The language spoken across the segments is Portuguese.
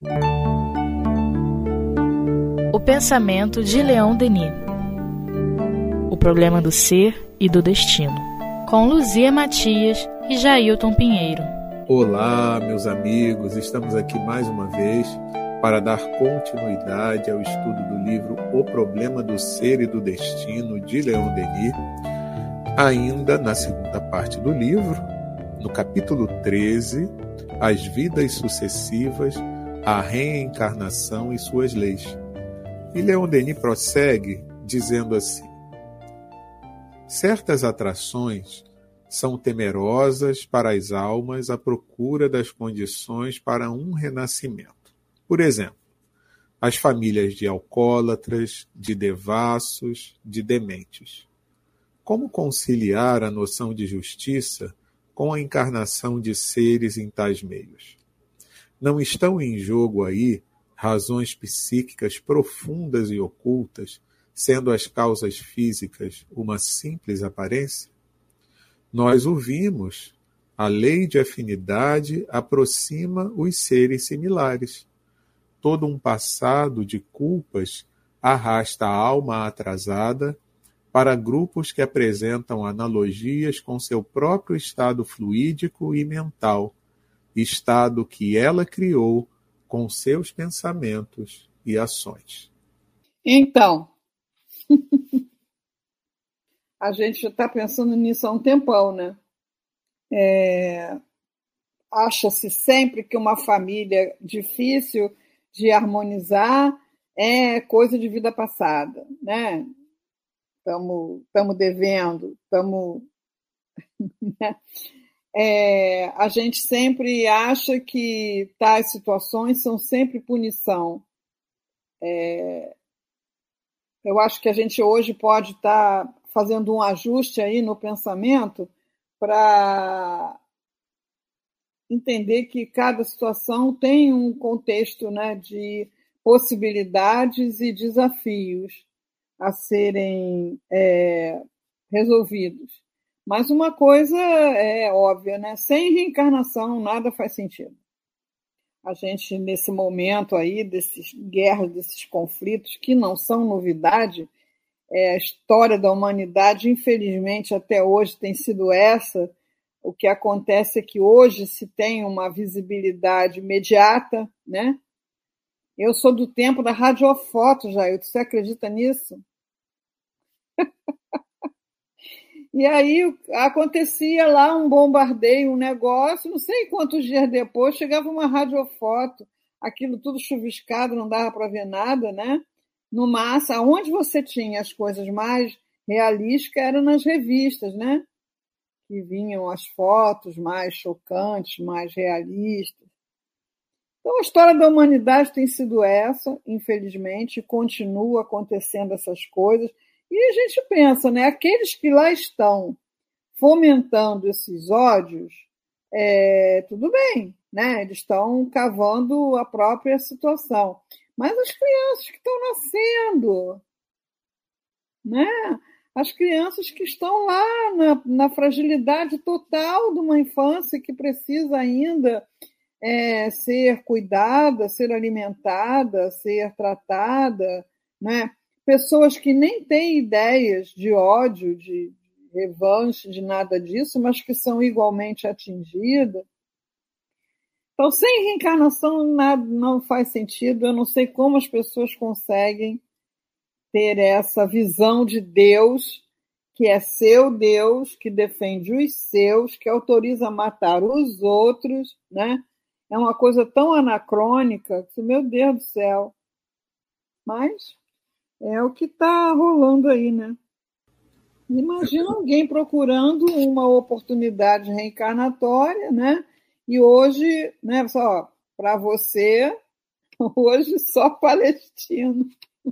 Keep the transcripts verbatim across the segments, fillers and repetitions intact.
O pensamento de Leon Denis. O problema do ser e do destino. Com Luzia Matias e Jailton Pinheiro. Olá, meus amigos. Estamos aqui mais uma vez para dar continuidade ao estudo do livro O Problema do Ser e do Destino, de Leon Denis. Ainda na segunda parte do livro, no capítulo treze, As Vidas Sucessivas, a Reencarnação e Suas Leis. E Leon Denis prossegue dizendo assim: certas atrações são temerosas para as almas à procura das condições para um renascimento. Por exemplo, as famílias de alcoólatras, de devassos, de dementes. Como conciliar a noção de justiça com a encarnação de seres em tais meios? Não estão em jogo aí razões psíquicas profundas e ocultas, sendo as causas físicas uma simples aparência? Nós o vimos. A lei de afinidade aproxima os seres similares. Todo um passado de culpas arrasta a alma atrasada para grupos que apresentam analogias com seu próprio estado fluídico e mental, estado que ela criou com seus pensamentos e ações. Então, a gente já está pensando nisso há um tempão, né? É... Acha-se sempre que uma família difícil de harmonizar é coisa de vida passada, né? Estamos devendo, estamos... é, a gente sempre acha que tais situações são sempre punição. É, eu acho que a gente hoje pode estar fazendo um ajuste aí no pensamento para entender que cada situação tem um contexto, né, de possibilidades e desafios a serem é, resolvidos. Mas uma coisa é óbvia, né? Sem reencarnação nada faz sentido. A gente, nesse momento aí, desses guerras, desses conflitos, que não são novidade, é, a história da humanidade, infelizmente, até hoje tem sido essa. O que acontece é que hoje se tem uma visibilidade imediata, né? Eu sou do tempo da radiofoto, Jair, você acredita nisso? E aí acontecia lá um bombardeio, um negócio, não sei quantos dias depois, chegava uma radiofoto, aquilo tudo chuviscado, não dava para ver nada, né? No máximo, onde você tinha as coisas mais realísticas era nas revistas, né? Que vinham as fotos mais chocantes, mais realistas. Então, a história da humanidade tem sido essa, infelizmente, e continua acontecendo essas coisas. E a gente pensa, né? Aqueles que lá estão fomentando esses ódios, é, tudo bem, né? Eles estão cavando a própria situação. Mas as crianças que estão nascendo, né? As crianças que estão lá na, na fragilidade total de uma infância que precisa ainda é, ser cuidada, ser alimentada, ser tratada, né? Pessoas que nem têm ideias de ódio, de revanche, de nada disso, mas que são igualmente atingidas. Então, sem reencarnação, nada, não faz sentido. Eu não sei como as pessoas conseguem ter essa visão de Deus, que é seu Deus, que defende os seus, que autoriza a matar os outros, né? É uma coisa tão anacrônica que, meu Deus do céu. Mas é o que está rolando aí, né? Imagina alguém procurando uma oportunidade reencarnatória, né? E hoje, né, só para você, hoje só palestino.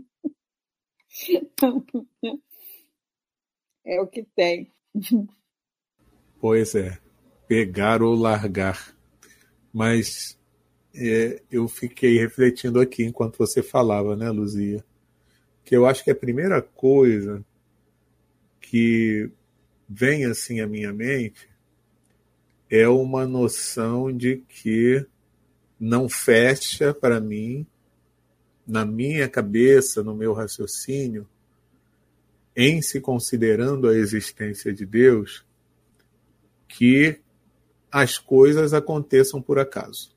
É o que tem. Pois é, pegar ou largar. Mas é, eu fiquei refletindo aqui enquanto você falava, né, Luzia? Que eu acho que a primeira coisa que vem assim à minha mente é uma noção de que não fecha para mim, na minha cabeça, no meu raciocínio, em se considerando a existência de Deus, que as coisas aconteçam por acaso.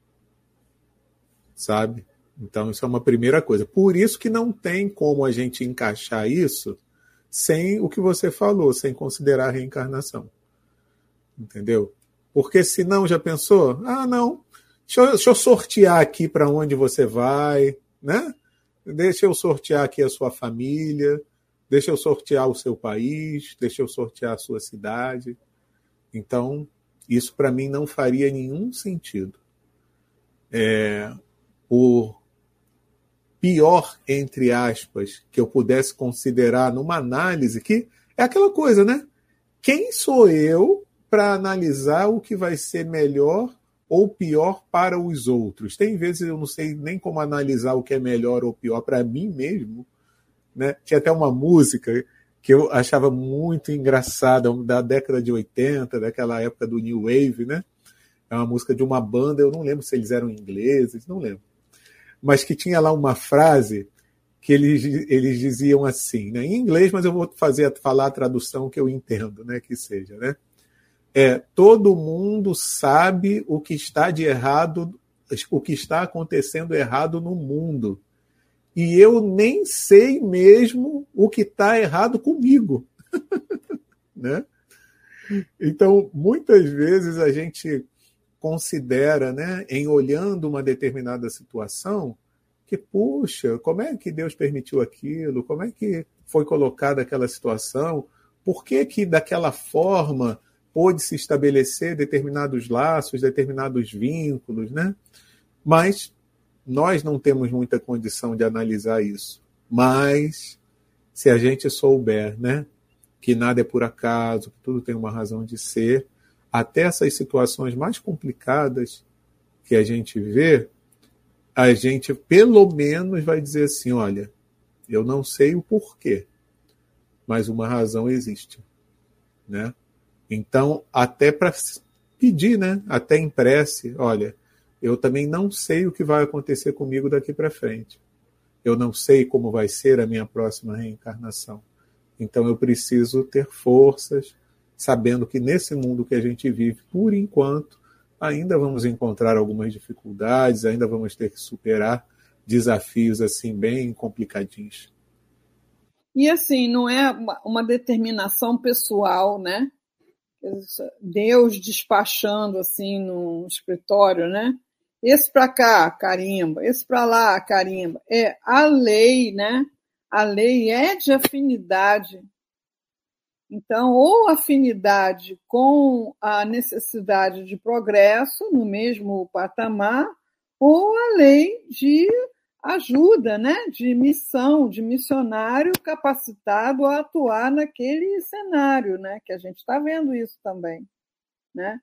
Sabe? Então, isso é uma primeira coisa. Por isso que não tem como a gente encaixar isso sem o que você falou, sem considerar a reencarnação. Entendeu? Porque senão, já pensou? Ah, não, deixa eu, deixa eu sortear aqui para onde você vai, né? Deixa eu sortear aqui a sua família, deixa eu sortear o seu país, deixa eu sortear a sua cidade. Então, isso para mim não faria nenhum sentido. É, o pior, entre aspas, que eu pudesse considerar numa análise, que é aquela coisa, né? Quem sou eu para analisar o que vai ser melhor ou pior para os outros? Tem vezes eu não sei nem como analisar o que é melhor ou pior para mim mesmo, né? Tinha até uma música que eu achava muito engraçada, da década de oitenta, daquela época do New Wave, né? É uma música de uma banda, eu não lembro se eles eram ingleses, não lembro. Mas que tinha lá uma frase que eles, eles diziam assim, né? Em inglês, mas eu vou fazer, falar a tradução que eu entendo, né? Que seja, né? É, todo mundo sabe o que está de errado, o que está acontecendo errado no mundo. E eu nem sei mesmo o que está errado comigo. Né? Então, muitas vezes a gente considera, né, em olhando uma determinada situação, que, puxa, como é que Deus permitiu aquilo? Como é que foi colocada aquela situação? Por que que daquela forma pôde se estabelecer determinados laços, determinados vínculos, né? Mas nós não temos muita condição de analisar isso. Mas, se a gente souber, né, que nada é por acaso, que tudo tem uma razão de ser, até essas situações mais complicadas que a gente vê, a gente pelo menos vai dizer assim, olha, eu não sei o porquê, mas uma razão existe, né? Então, até para pedir, né, até em prece, olha, eu também não sei o que vai acontecer comigo daqui para frente. Eu não sei como vai ser a minha próxima reencarnação. Então eu preciso ter forças, sabendo que nesse mundo que a gente vive, por enquanto, ainda vamos encontrar algumas dificuldades, ainda vamos ter que superar desafios assim bem complicadinhos. E assim, não é uma determinação pessoal, né? Deus despachando assim no escritório, né? Esse para cá, carimba, esse para lá, carimba. É a lei, né? A lei é de afinidade. Então, ou afinidade com a necessidade de progresso no mesmo patamar, ou a lei de ajuda, né? De missão, de missionário capacitado a atuar naquele cenário, né? Que a gente está vendo isso também, né?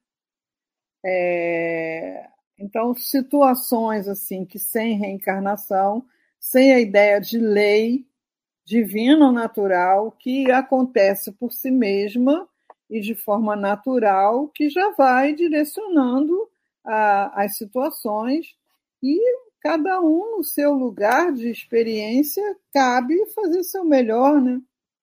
É... Então, situações assim que sem reencarnação, sem a ideia de lei divina ou natural, que acontece por si mesma e de forma natural, que já vai direcionando a, as situações e cada um no seu lugar de experiência cabe fazer seu melhor, né?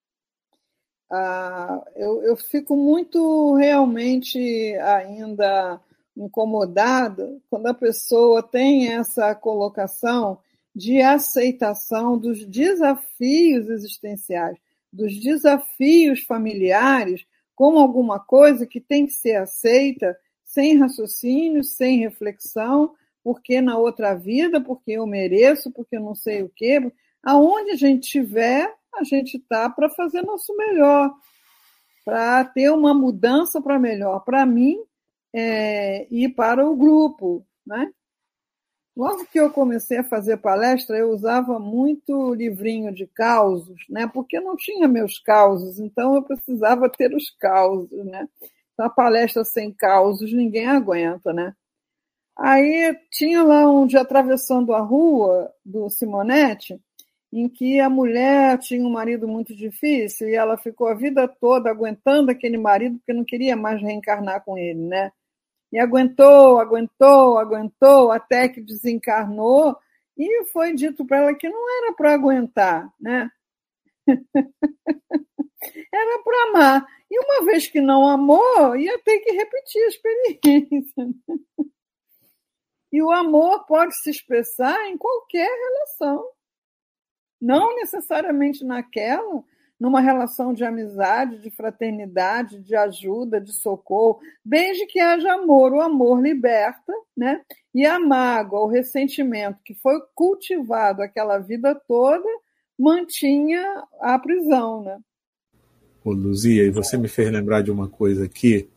Ah, eu, eu fico muito realmente ainda incomodada quando a pessoa tem essa colocação de aceitação dos desafios existenciais, dos desafios familiares, como alguma coisa que tem que ser aceita sem raciocínio, sem reflexão, porque na outra vida, porque eu mereço, porque eu não sei o quê. Aonde a gente estiver, a gente está para fazer nosso melhor, para ter uma mudança para melhor, para mim é, e para o grupo, né? Logo que eu comecei a fazer palestra, eu usava muito livrinho de causos, né? Porque eu não tinha meus causos, então eu precisava ter os causos, né? Então, a palestra sem causos ninguém aguenta, né? Aí tinha lá um de Atravessando a Rua, do Simonetti, em que a mulher tinha um marido muito difícil e ela ficou a vida toda aguentando aquele marido porque não queria mais reencarnar com ele, né? E aguentou, aguentou, aguentou, até que desencarnou, e foi dito para ela que não era para aguentar, né? Era para amar. E uma vez que não amou, ia ter que repetir a experiência. E o amor pode se expressar em qualquer relação. Não necessariamente naquela, numa relação de amizade, de fraternidade, de ajuda, de socorro, desde que haja amor. O amor liberta, né? E a mágoa, o ressentimento que foi cultivado aquela vida toda, mantinha a prisão, né? Ô, Luzia, e você me fez lembrar de uma coisa aqui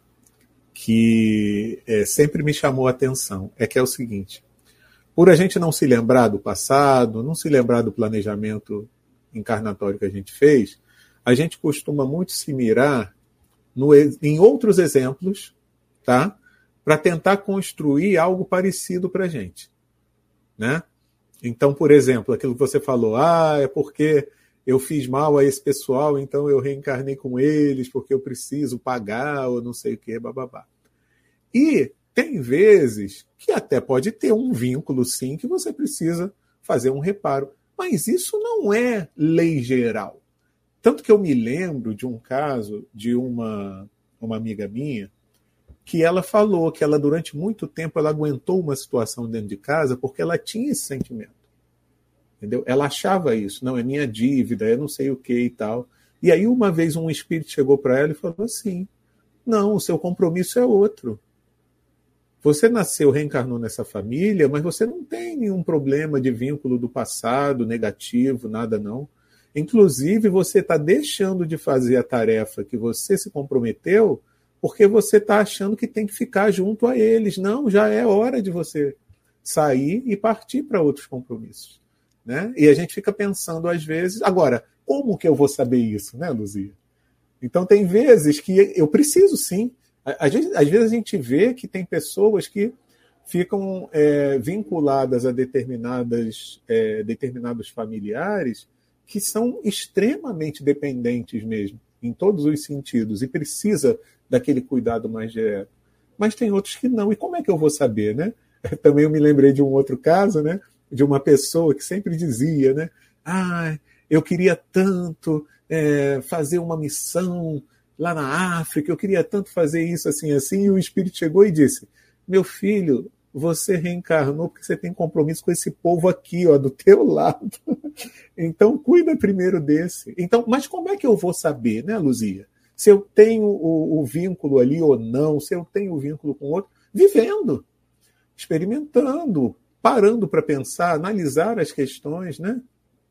que é, sempre me chamou a atenção, é que é o seguinte: por a gente não se lembrar do passado, não se lembrar do planejamento encarnatório que a gente fez, a gente costuma muito se mirar no, em outros exemplos, tá? Para tentar construir algo parecido para a gente, né? Então, por exemplo, aquilo que você falou, ah, é porque eu fiz mal a esse pessoal, então eu reencarnei com eles, porque eu preciso pagar, ou não sei o que, bababá. E tem vezes que até pode ter um vínculo, sim, que você precisa fazer um reparo. Mas isso não é lei geral. Tanto que eu me lembro de um caso de uma, uma amiga minha, que ela falou que ela, durante muito tempo, ela aguentou uma situação dentro de casa porque ela tinha esse sentimento. Entendeu? Ela achava isso, não, é minha dívida, é não sei o que e tal. E aí uma vez um espírito chegou para ela e falou assim, não, o seu compromisso é outro. Você nasceu, reencarnou nessa família, mas você não tem nenhum problema de vínculo do passado, negativo, nada não. Inclusive, você está deixando de fazer a tarefa que você se comprometeu porque você está achando que tem que ficar junto a eles. Não, já é hora de você sair e partir para outros compromissos. Né? E a gente fica pensando, às vezes, agora, como que eu vou saber isso, né, Luzia? Então, tem vezes que eu preciso, sim. Às vezes, às vezes a gente vê que tem pessoas que ficam é, vinculadas a determinadas, é, determinados familiares que são extremamente dependentes mesmo, em todos os sentidos, e precisa daquele cuidado mais direto. Mas tem outros que não. E como é que eu vou saber, né? Também eu me lembrei de um outro caso, né? De uma pessoa que sempre dizia, né? Ah, eu queria tanto é, fazer uma missão lá na África, eu queria tanto fazer isso assim, assim, e o Espírito chegou e disse, meu filho, você reencarnou porque você tem compromisso com esse povo aqui, ó, do teu lado. Então, cuida primeiro desse. Então, mas como é que eu vou saber, né, Luzia? Se eu tenho o, o vínculo ali ou não, se eu tenho o vínculo com o outro, vivendo, experimentando, parando para pensar, analisar as questões, né?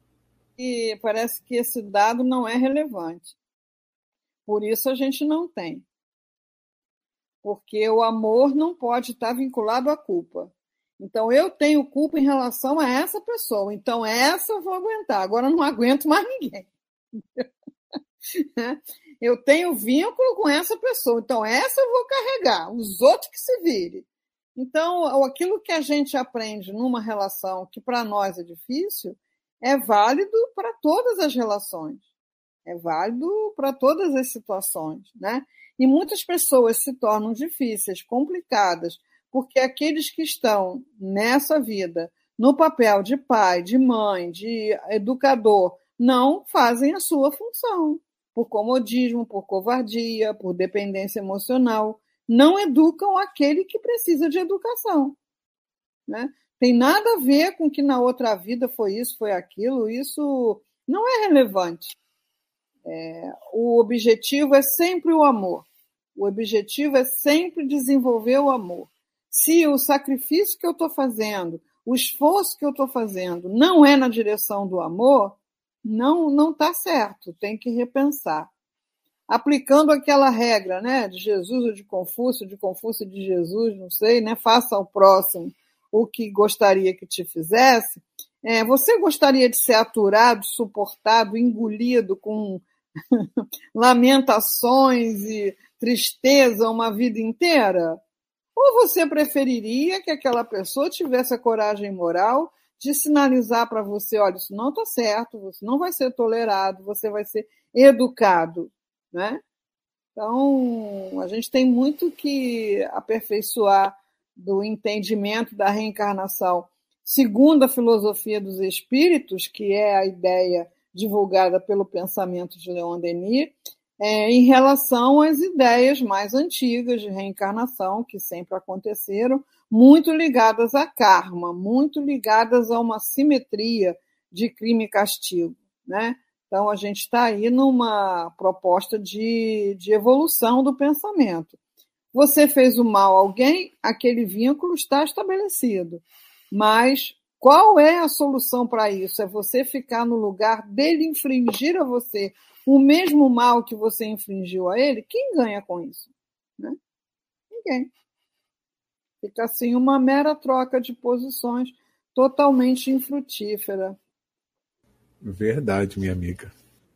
E parece que esse dado não é relevante. Por isso a gente não tem. Porque o amor não pode estar vinculado à culpa. Então, eu tenho culpa em relação a essa pessoa. Então, essa eu vou aguentar. Agora, eu não aguento mais ninguém. Eu tenho vínculo com essa pessoa. Então, essa eu vou carregar. Os outros que se virem. Então, aquilo que a gente aprende numa relação que para nós é difícil, é válido para todas as relações. É válido para todas as situações, né? E muitas pessoas se tornam difíceis, complicadas, porque aqueles que estão nessa vida, no papel de pai, de mãe, de educador, não fazem a sua função, por comodismo, por covardia, por dependência emocional. Não educam aquele que precisa de educação, né? Tem nada a ver com que na outra vida foi isso, foi aquilo, isso não é relevante. É, o objetivo é sempre o amor, o objetivo é sempre desenvolver o amor. Se o sacrifício que eu estou fazendo, o esforço que eu estou fazendo não é na direção do amor, não não está certo, tem que repensar. Aplicando aquela regra, né, de Jesus ou de Confúcio, de Confúcio e de Jesus, não sei, né, faça ao próximo o que gostaria que te fizesse, é, você gostaria de ser aturado, suportado, engolido com lamentações e tristeza uma vida inteira? Ou você preferiria que aquela pessoa tivesse a coragem moral de sinalizar para você, olha, isso não está certo, você não vai ser tolerado, você vai ser educado, né? Então, a gente tem muito que aperfeiçoar do entendimento da reencarnação, segundo a filosofia dos espíritos, que é a ideia divulgada pelo pensamento de Leon Denis, é, em relação às ideias mais antigas de reencarnação, que sempre aconteceram, muito ligadas a karma, muito ligadas a uma simetria de crime e castigo, né? Então, a gente está aí numa proposta de, de evolução do pensamento. Você fez o mal a alguém, aquele vínculo está estabelecido. Mas qual é a solução para isso? É você ficar no lugar dele infligir a você o mesmo mal que você infligiu a ele? Quem ganha com isso? Né? Ninguém. Fica assim uma mera troca de posições totalmente infrutífera. Verdade, minha amiga.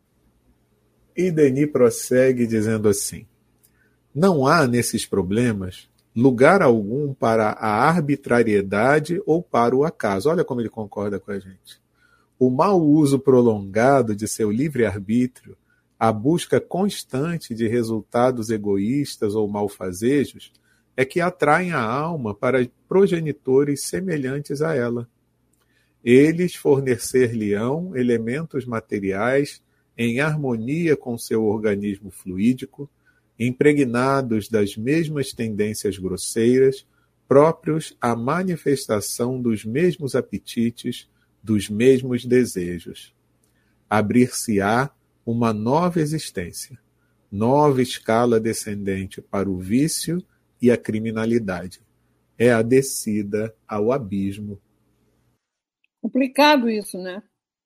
E Denis prossegue dizendo assim: não há nesses problemas lugar algum para a arbitrariedade ou para o acaso. Olha como ele concorda com a gente. O mau uso prolongado de seu livre-arbítrio, a busca constante de resultados egoístas ou malfazejos, é que atraem a alma para progenitores semelhantes a ela. Eles fornecer-lhe-ão elementos materiais em harmonia com seu organismo fluídico, impregnados das mesmas tendências grosseiras, próprios à manifestação dos mesmos apetites, dos mesmos desejos. Abrir-se-á uma nova existência, nova escala descendente para o vício e a criminalidade. É a descida ao abismo. Complicado isso, né?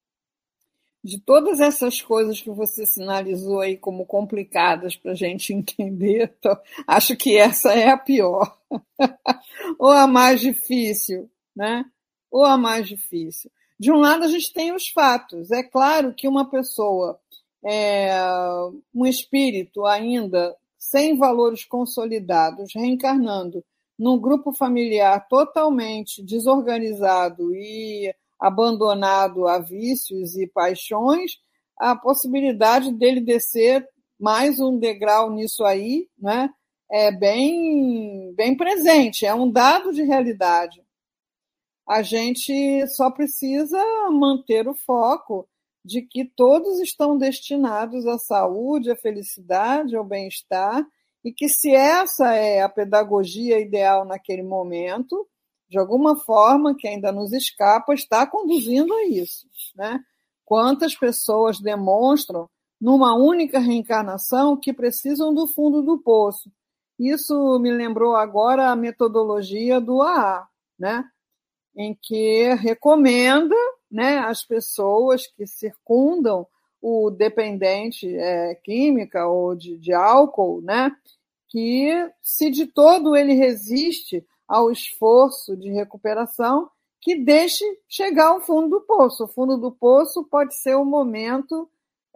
De todas essas coisas que você sinalizou aí como complicadas para a gente entender, tô, acho que essa é a pior. Ou a mais difícil, né? Ou a mais difícil. De um lado, a gente tem os fatos. É claro que uma pessoa, é, um espírito ainda sem valores consolidados, reencarnando num grupo familiar totalmente desorganizado e abandonado a vícios e paixões, a possibilidade dele descer mais um degrau nisso aí, né, é bem, bem presente, é um dado de realidade. A gente só precisa manter o foco de que todos estão destinados à saúde, à felicidade, ao bem-estar, e que se essa é a pedagogia ideal naquele momento, de alguma forma, que ainda nos escapa, está conduzindo a isso, né? Quantas pessoas demonstram, numa única reencarnação, que precisam do fundo do poço. Isso me lembrou agora a metodologia do A A, né? Em que recomenda, né, às pessoas que circundam o dependente é, química ou de, de álcool, né, que se de todo ele resiste ao esforço de recuperação, que deixe chegar ao fundo do poço. O fundo do poço pode ser o momento,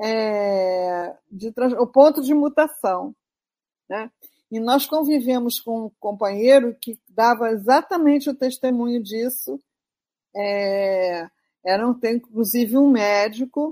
é, de, o ponto de mutação, né? E nós convivemos com um companheiro que dava exatamente o testemunho disso. É, era um, tem, inclusive um médico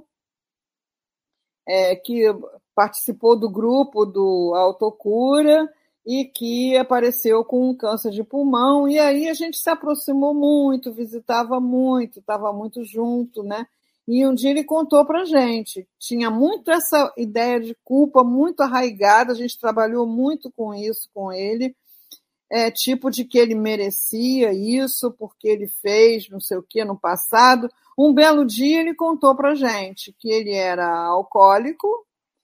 é, que participou do grupo do Autocura e que apareceu com um câncer de pulmão, e aí a gente se aproximou muito, visitava muito, estava muito junto, né? E um dia ele contou para a gente, tinha muito essa ideia de culpa muito arraigada, a gente trabalhou muito com isso com ele, é, tipo de que ele merecia isso, porque ele fez não sei o que no passado. Um belo dia ele contou para a gente que ele era alcoólico,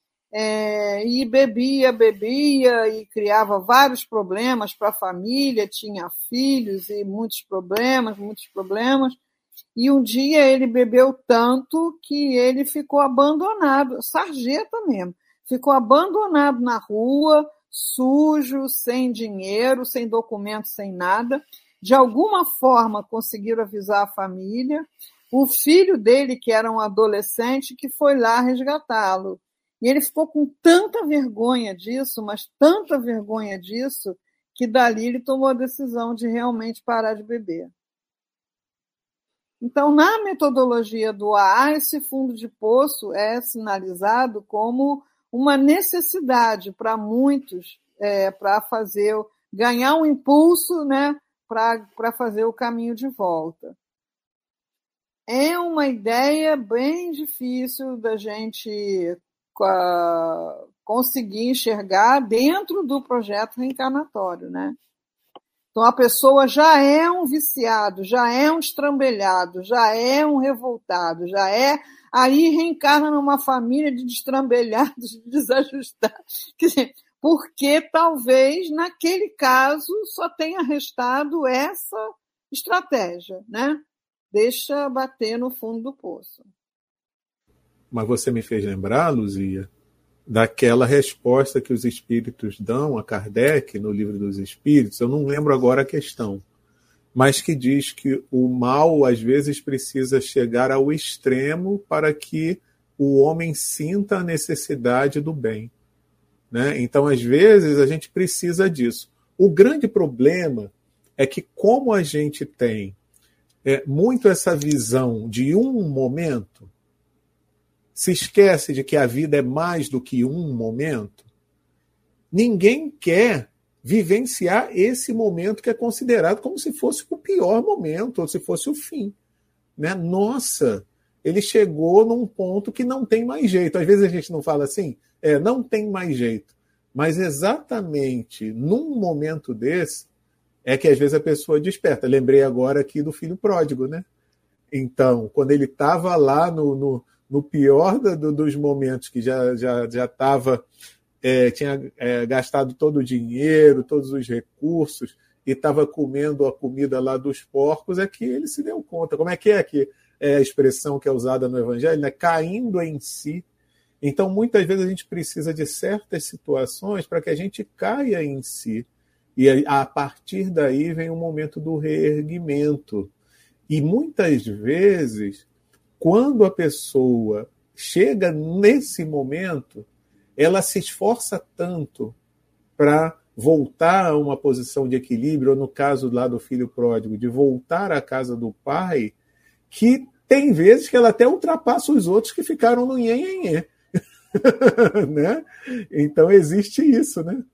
É, e bebia, bebia e criava vários problemas para a família, tinha filhos e muitos problemas, muitos problemas. E um dia ele bebeu tanto que ele ficou abandonado, sarjeta mesmo, ficou abandonado na rua, sujo, sem dinheiro, sem documento, sem nada. De alguma forma conseguiram avisar a família. O filho dele, que era um adolescente, que foi lá resgatá-lo. E ele ficou com tanta vergonha disso, mas tanta vergonha disso, que dali ele tomou a decisão de realmente parar de beber. Então, na metodologia do A A, esse fundo de poço é sinalizado como uma necessidade para muitos, é, para fazer, ganhar um impulso, né, para fazer o caminho de volta. É uma ideia bem difícil da gente uh, conseguir enxergar dentro do projeto reencarnatório, né? Então, a pessoa já é um viciado, já é um estrambelhado, já é um revoltado, já é... Aí reencarna numa família de destrambelhados, de desajustados. Quer dizer, porque talvez, naquele caso, só tenha restado essa estratégia, né? Deixa bater no fundo do poço. Mas você me fez lembrar, Luzia, daquela resposta que os espíritos dão a Kardec no Livro dos Espíritos. Eu não lembro agora a questão, mas que diz que o mal às vezes precisa chegar ao extremo para que o homem sinta a necessidade do bem, né? Então, às vezes, a gente precisa disso. O grande problema é que, como a gente tem é, muito essa visão de um momento, se esquece de que a vida é mais do que um momento, ninguém quer vivenciar esse momento que é considerado como se fosse o pior momento, ou se fosse o fim, né? Nossa, ele chegou num ponto que não tem mais jeito. Às vezes a gente não fala assim, é, não tem mais jeito. Mas exatamente num momento desse é que às vezes a pessoa desperta. Lembrei agora aqui do filho pródigo, né? Então, quando ele estava lá no, no, no pior do, dos momentos, que já já já estava... É, tinha é, gastado todo o dinheiro, todos os recursos, e estava comendo a comida lá dos porcos, é que ele se deu conta. Como é que é que é a expressão que é usada no Evangelho? Né? Caindo em si. Então, muitas vezes a gente precisa de certas situações para que a gente caia em si. E a partir daí vem o momento do reerguimento. E muitas vezes, quando a pessoa chega nesse momento, ela se esforça tanto para voltar a uma posição de equilíbrio, ou no caso lá do filho pródigo, de voltar à casa do pai, que tem vezes que ela até ultrapassa os outros que ficaram no nhenhenhê. Né? Então existe isso, né?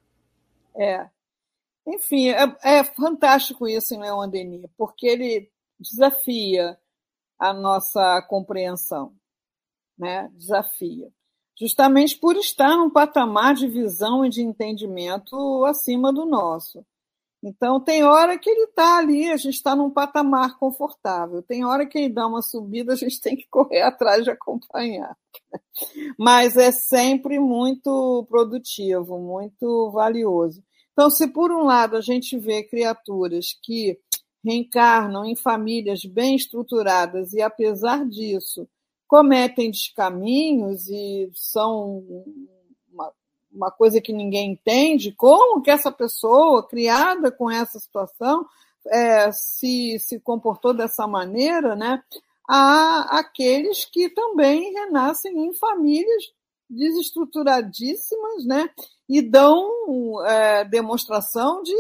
É. Enfim, é, é fantástico isso em Leon Denis, porque ele desafia a nossa compreensão, né? Desafia. Justamente por estar num patamar de visão e de entendimento acima do nosso. Então, tem hora que ele está ali, a gente está num patamar confortável. Tem hora que ele dá uma subida, a gente tem que correr atrás de acompanhar. Mas é sempre muito produtivo, muito valioso. Então, se por um lado a gente vê criaturas que reencarnam em famílias bem estruturadas e, apesar disso, cometem descaminhos e são uma, uma coisa que ninguém entende, como que essa pessoa, criada com essa situação, é, se, se comportou dessa maneira, né? Há aqueles que também renascem em famílias desestruturadíssimas, né? E dão é, demonstração de,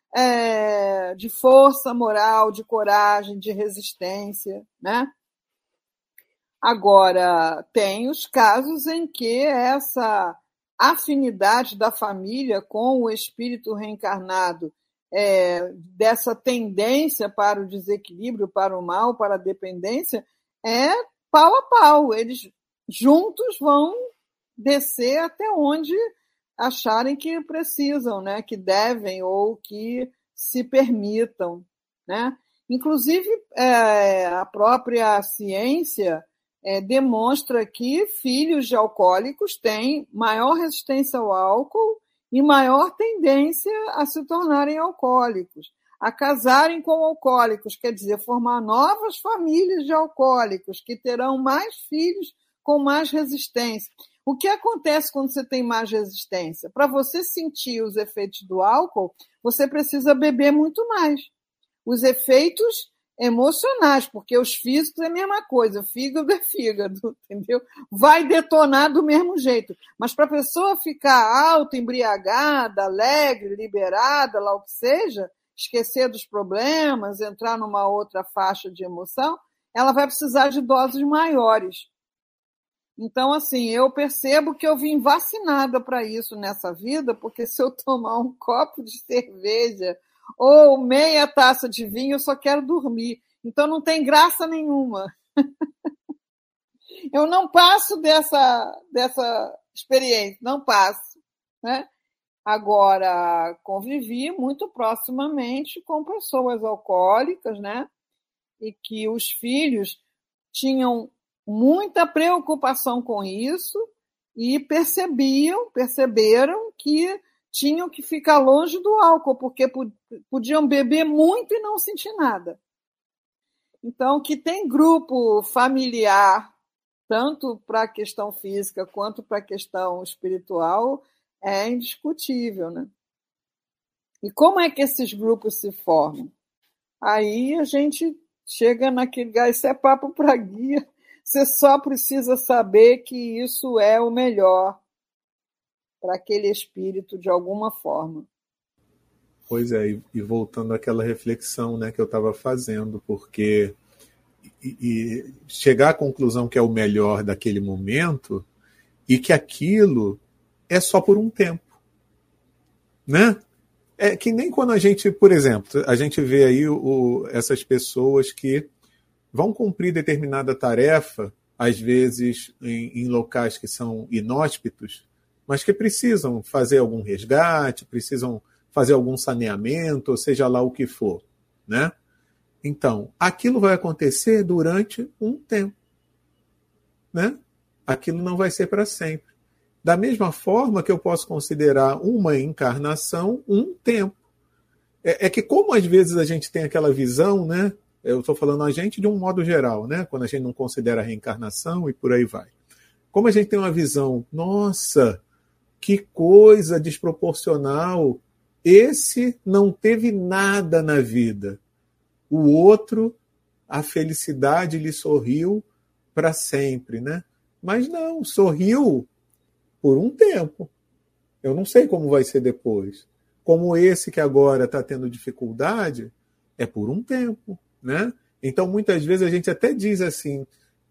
é, de força moral, de coragem, de resistência, né? Agora, tem os casos em que essa afinidade da família com o espírito reencarnado, é, dessa tendência para o desequilíbrio, para o mal, para a dependência, é pau a pau. Eles juntos vão descer até onde acharem que precisam, né? Que devem ou que se permitam, né? Inclusive, é, a própria ciência É, demonstra que filhos de alcoólicos têm maior resistência ao álcool e maior tendência a se tornarem alcoólicos, a casarem com alcoólicos, quer dizer, formar novas famílias de alcoólicos que terão mais filhos com mais resistência. O que acontece quando você tem mais resistência? Para você sentir os efeitos do álcool, você precisa beber muito mais. Os efeitos emocionais, porque os físicos é a mesma coisa, fígado é fígado, entendeu? Vai detonar do mesmo jeito. Mas para a pessoa ficar alta, embriagada, alegre, liberada, lá o que seja, esquecer dos problemas, entrar numa outra faixa de emoção, ela vai precisar de doses maiores. Então, assim, eu percebo que eu vim vacinada para isso nessa vida, porque se eu tomar um copo de cerveja ou meia taça de vinho, eu só quero dormir. Então, não tem graça nenhuma. Eu não passo dessa, dessa experiência, não passo, né? Agora, convivi muito proximamente com pessoas alcoólicas, né? E que os filhos tinham muita preocupação com isso e percebiam, perceberam que tinham que ficar longe do álcool, porque podiam beber muito e não sentir nada. Então, que tem grupo familiar, tanto para a questão física quanto para a questão espiritual, é indiscutível, né? E como é que esses grupos se formam? Aí a gente chega naquele lugar, isso é papo para guia, você só precisa saber que isso é o melhor para aquele espírito de alguma forma. Pois é, e voltando àquela reflexão, né, que eu estava fazendo, porque e, e chegar à conclusão que é o melhor daquele momento e que aquilo é só por um tempo, né? É que nem quando a gente, por exemplo, a gente vê aí o, essas pessoas que vão cumprir determinada tarefa, às vezes em, em locais que são inóspitos, mas que precisam fazer algum resgate, precisam fazer algum saneamento, ou seja lá o que for, né? Então, aquilo vai acontecer durante um tempo, né? Aquilo não vai ser para sempre. Da mesma forma que eu posso considerar uma encarnação um tempo. É, é que como às vezes a gente tem aquela visão, né? Eu estou falando a gente de um modo geral, né? Quando a gente não considera a reencarnação e por aí vai. Como a gente tem uma visão, nossa, que coisa desproporcional, esse não teve nada na vida. O outro, a felicidade lhe sorriu para sempre, né? Mas não, sorriu por um tempo. Eu não sei como vai ser depois. Como esse que agora está tendo dificuldade, é por um tempo, né? Então, muitas vezes a gente até diz assim,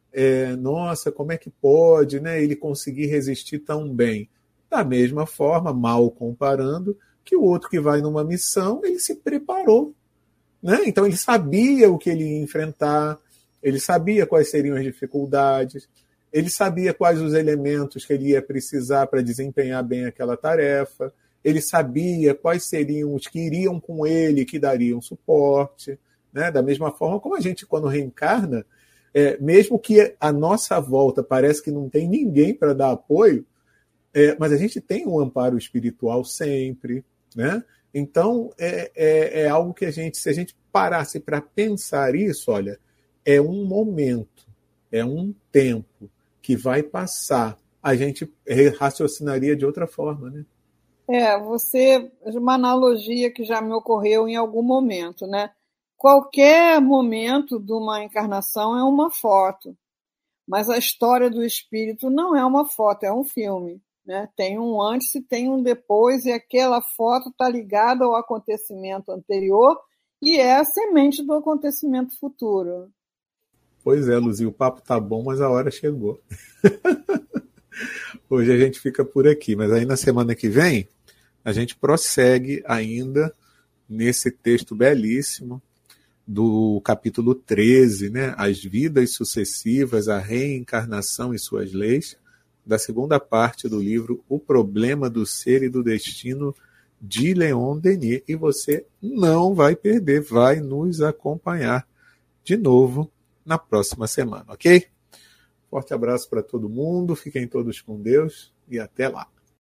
é, nossa, como é que pode, né, ele conseguir resistir tão bem? Da mesma forma, mal comparando, que o outro que vai numa missão, ele se preparou, né? Então, ele sabia o que ele ia enfrentar, ele sabia quais seriam as dificuldades, ele sabia quais os elementos que ele ia precisar para desempenhar bem aquela tarefa, ele sabia quais seriam os que iriam com ele, que dariam suporte, né? Da mesma forma como a gente, quando reencarna, é, mesmo que a nossa volta parece que não tem ninguém para dar apoio, é, mas a gente tem um amparo espiritual sempre, né? Então, é, é, é algo que a gente, se a gente parasse para pensar isso, olha, é um momento, é um tempo que vai passar, a gente raciocinaria de outra forma, né? É, você, uma analogia que já me ocorreu em algum momento, né? Qualquer momento de uma encarnação é uma foto, mas a história do espírito não é uma foto, é um filme, né? Tem um antes e tem um depois, e aquela foto está ligada ao acontecimento anterior e é a semente do acontecimento futuro. Pois é, Luzia, o papo tá bom, mas a hora chegou. Hoje a gente fica por aqui, mas aí na semana que vem a gente prossegue ainda nesse texto belíssimo do capítulo treze, né? As vidas sucessivas, a reencarnação e suas leis, da segunda parte do livro O Problema do Ser e do Destino, de Leon Denis. E você não vai perder, vai nos acompanhar de novo na próxima semana, ok? Forte abraço para todo mundo, fiquem todos com Deus e até lá.